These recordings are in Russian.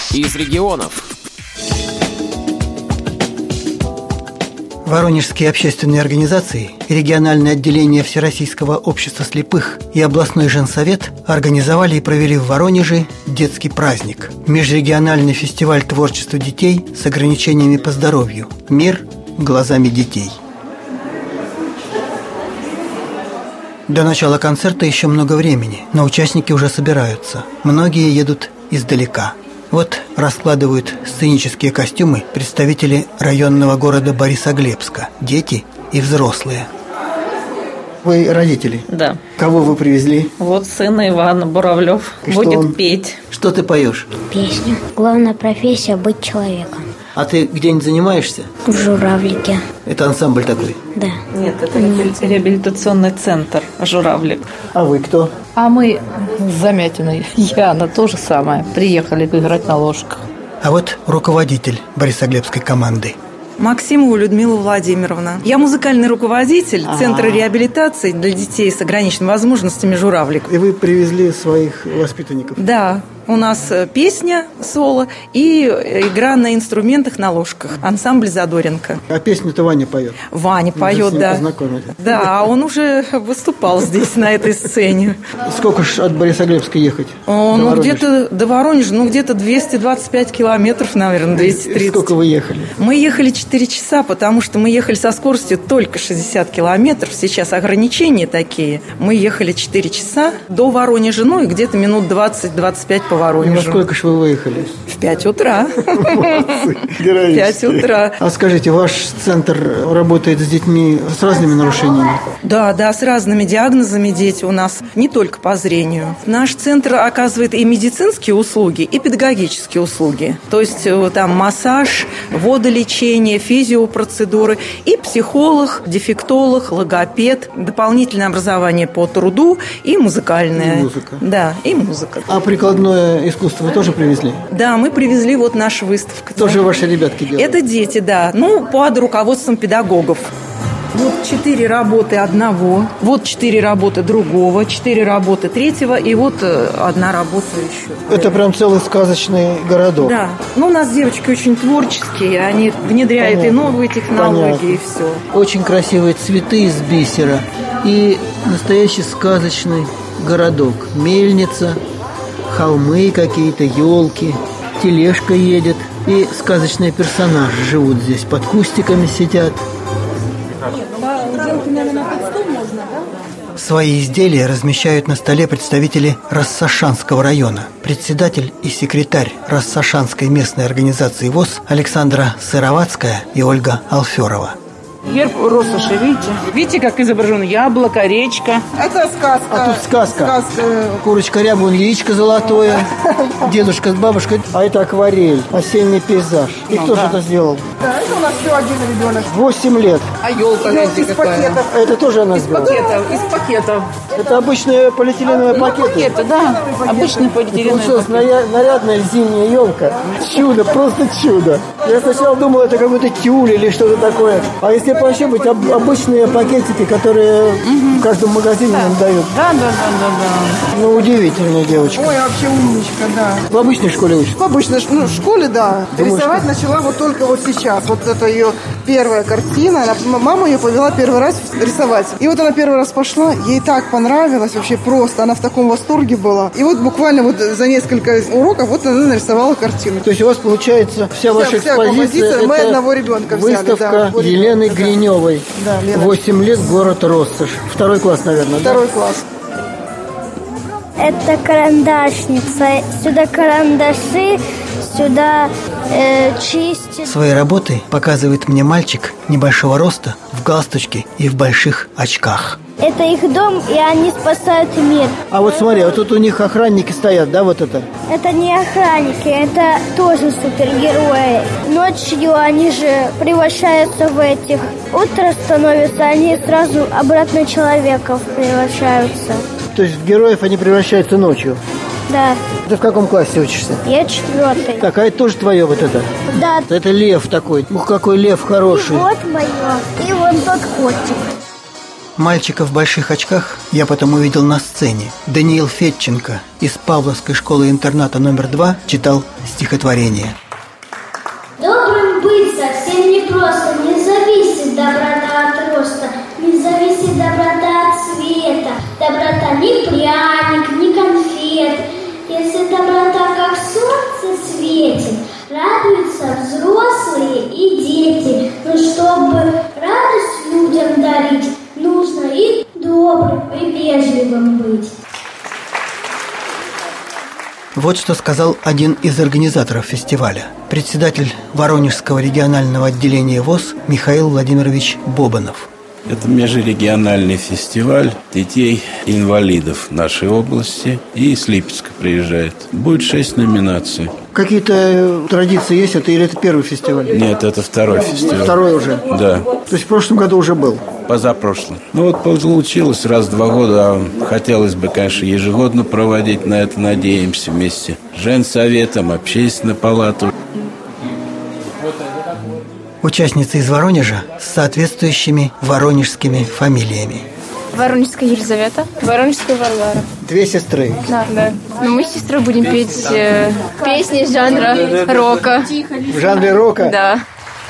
из регионов. Воронежские общественные организации, региональное отделение Всероссийского общества слепых и областной женсовет организовали и провели в Воронеже детский праздник – межрегиональный фестиваль творчества детей с ограничениями по здоровью «Мир глазами детей». До начала концерта еще много времени, но участники уже собираются. Многие едут издалека. Вот раскладывают сценические костюмы представители районного города Борисоглебска, дети и взрослые. Вы родители? Да. Кого вы привезли? Вот сына Ивана Буравлев будет петь. Что ты поешь? Песню. Главная профессия – быть человеком. А ты где-нибудь занимаешься? В «Журавлике». Это ансамбль такой? Да. Нет, это реабилитационный центр «Журавлик». А вы кто? А мы с Замятиной, Яна, то же самое. Приехали играть на ложках. А вот руководитель Борисоглебской команды. Максимова Людмила Владимировна. Я музыкальный руководитель Центра реабилитации для детей с ограниченными возможностями «Журавлик». И вы привезли своих воспитанников? Да. У нас песня, соло и игра на инструментах, на ложках. Ансамбль «Задоренко». А песню-то Ваня поет? Ваня поет, да. Да, он уже выступал здесь, на этой сцене. Сколько ж от Борисоглебска ехать? Где-то до Воронежа, где-то 225 километров, наверное, 230. И сколько вы ехали? Мы ехали 4 часа, потому что мы ехали со скоростью только 60 километров. Сейчас ограничения такие. Мы ехали 4 часа до Воронежа, и где-то минут 20-25 по Воронежу. И во сколько же вы выехали? В 5 утра. Молодцы, в 5 утра. А скажите, ваш центр работает с детьми с разными нарушениями? Да, с разными диагнозами дети у нас, не только по зрению. Наш центр оказывает и медицинские услуги, и педагогические услуги. То есть там массаж, водолечение, физиопроцедуры, и психолог, дефектолог, логопед, дополнительное образование по труду и музыкальное. И музыка. Да, и музыка. А прикладное искусство вы тоже привезли? Да, мы привезли нашу выставку. Тоже ваши ребятки делают? Это дети, да. Под руководством педагогов. 4 работы одного, 4 работы другого, 4 работы третьего, и одна работа еще. Это прям целый сказочный городок. Да. У нас девочки очень творческие, они внедряют и новые технологии, и все. Очень красивые цветы из бисера и настоящий сказочный городок. Мельница, холмы какие-то, елки, тележка едет, и сказочные персонажи живут здесь, под кустиками сидят. Свои изделия размещают на столе представители Рассашанского района. Председатель и секретарь Рассашанской местной организации ВОС Александра Сыроватская и Ольга Алферова. Герб Россоши, видите? Видите, как изображено яблоко, речка. Это сказка. А тут сказка. Курочка ряба, яичко золотое, дедушка с бабушкой. А это акварель, осенний пейзаж. И кто же это сделал? Да, это у нас все один ребенок. 8 лет. А елка, видите, из какая? пакетов. Это тоже она сделала? Из пакетов. Это обычные полиэтиленовые пакеты? Пакеты, да. Обычные полиэтиленовые Получилась нарядная зимняя елка. Чудо, просто чудо. Я сначала думал, это какой-то тюль или что-то такое. А если пощупать, обычные пакетики, которые в каждом магазине нам дают. Да. Удивительная девочка. Ой, вообще умничка, да. В обычной школе учится? В обычной школе, да. Рисовать начала только сейчас. Это ее первая картина. Мама ее повела первый раз рисовать. И она первый раз пошла, ей так понравилось вообще просто. Она в таком восторге была. И буквально за несколько уроков она нарисовала картину. То есть у вас получается вся ваша экспозиция, мы одного ребенка взяли. Выставка Елены Гриневой. Да, 8 лет, город Россошь. 2 класс, наверное, Второй класс. Это карандашница. Сюда карандаши, сюда чистить. Свои работы показывает мне мальчик небольшого роста, в галстучке и в больших очках. Это их дом, и они спасают мир. А смотри, тут у них охранники стоят, да, это? Это не охранники, это тоже супергерои. Ночью они же превращаются в этих. Утро становится, они сразу обратно человеков превращаются. То есть в героев они превращаются ночью? Да. Ты в каком классе учишься? Я 4. Так, а это тоже твое это? Да. Это лев такой. Ух, какой лев хороший. И вот мое. И вон тот котик. Мальчика в больших очках я потом увидел на сцене. Даниил Федченко из Павловской школы-интерната номер 2 читал стихотворение. Добрым быть совсем непросто, не зависит доброта от роста, не зависит доброта от цвета. Доброта ни пряник, ни конфет. Если доброта как солнце светит, радуются взрослые и дети. Но чтобы радость людям дарить, нужно и добрым, и вежливым быть. Вот что сказал один из организаторов фестиваля, председатель Воронежского регионального отделения ВОС Михаил Владимирович Бобанов. Это межрегиональный фестиваль детей-инвалидов нашей области, и из Липецка приезжает. Будет 6 номинаций. Какие-то традиции есть? Или это первый фестиваль? Нет, это второй фестиваль. Второй уже? Да. То есть в прошлом году уже был? Позапрошлом. получилось раз в 2 года. А хотелось бы, конечно, ежегодно проводить. На это надеемся вместе с Женсоветом, Общественной палатой. Участницы из Воронежа с соответствующими воронежскими фамилиями. Воронежская Елизавета. Воронежская Варвара. 2 сестры. Да. Но мы с сестрой будем петь песни жанра рока. В жанре рока? Да.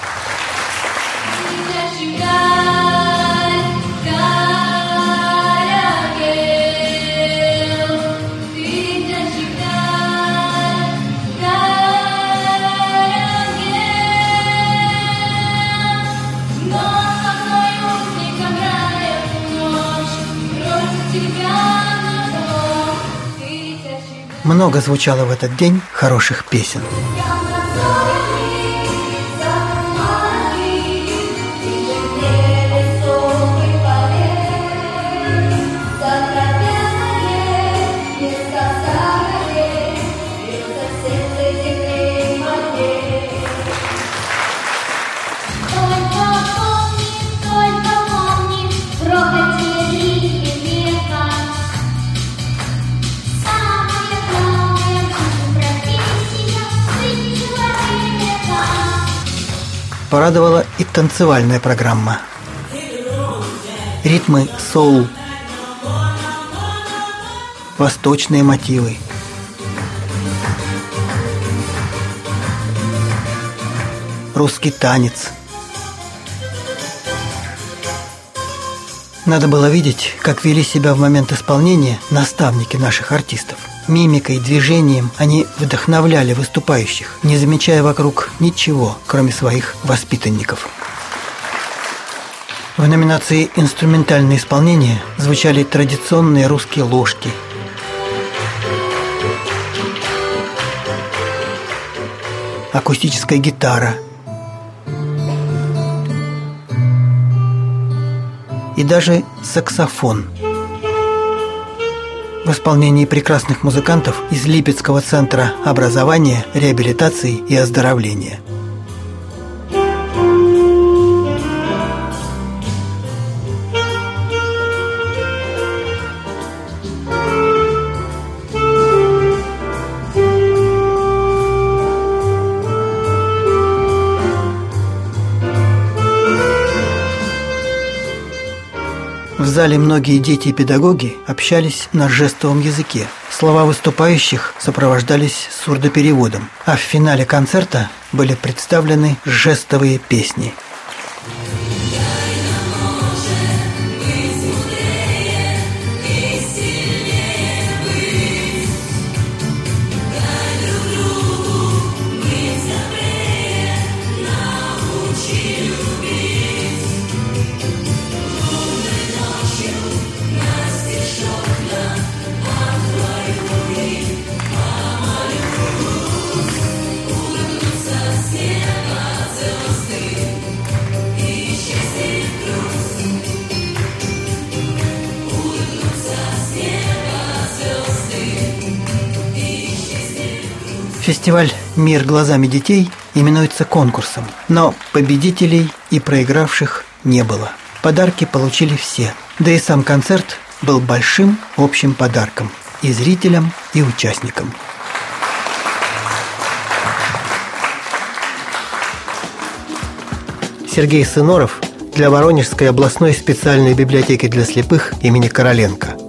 Много звучало в этот день хороших песен. Порадовала и танцевальная программа. Ритмы соул, восточные мотивы, русский танец. Надо было видеть, как вели себя в момент исполнения наставники наших артистов. Мимикой, движением они вдохновляли выступающих, не замечая вокруг ничего, кроме своих воспитанников. В номинации «Инструментальное исполнение» звучали традиционные русские ложки, акустическая гитара и даже саксофон в исполнении прекрасных музыкантов из Липецкого центра образования, реабилитации и оздоровления. В зале многие дети и педагоги общались на жестовом языке. Слова выступающих сопровождались сурдопереводом, а в финале концерта были представлены жестовые песни. Фестиваль «Мир глазами детей» именуется конкурсом, но победителей и проигравших не было. Подарки получили все, да и сам концерт был большим общим подарком и зрителям, и участникам. Сергей Сыноров для Воронежской областной специальной библиотеки для слепых имени Короленко.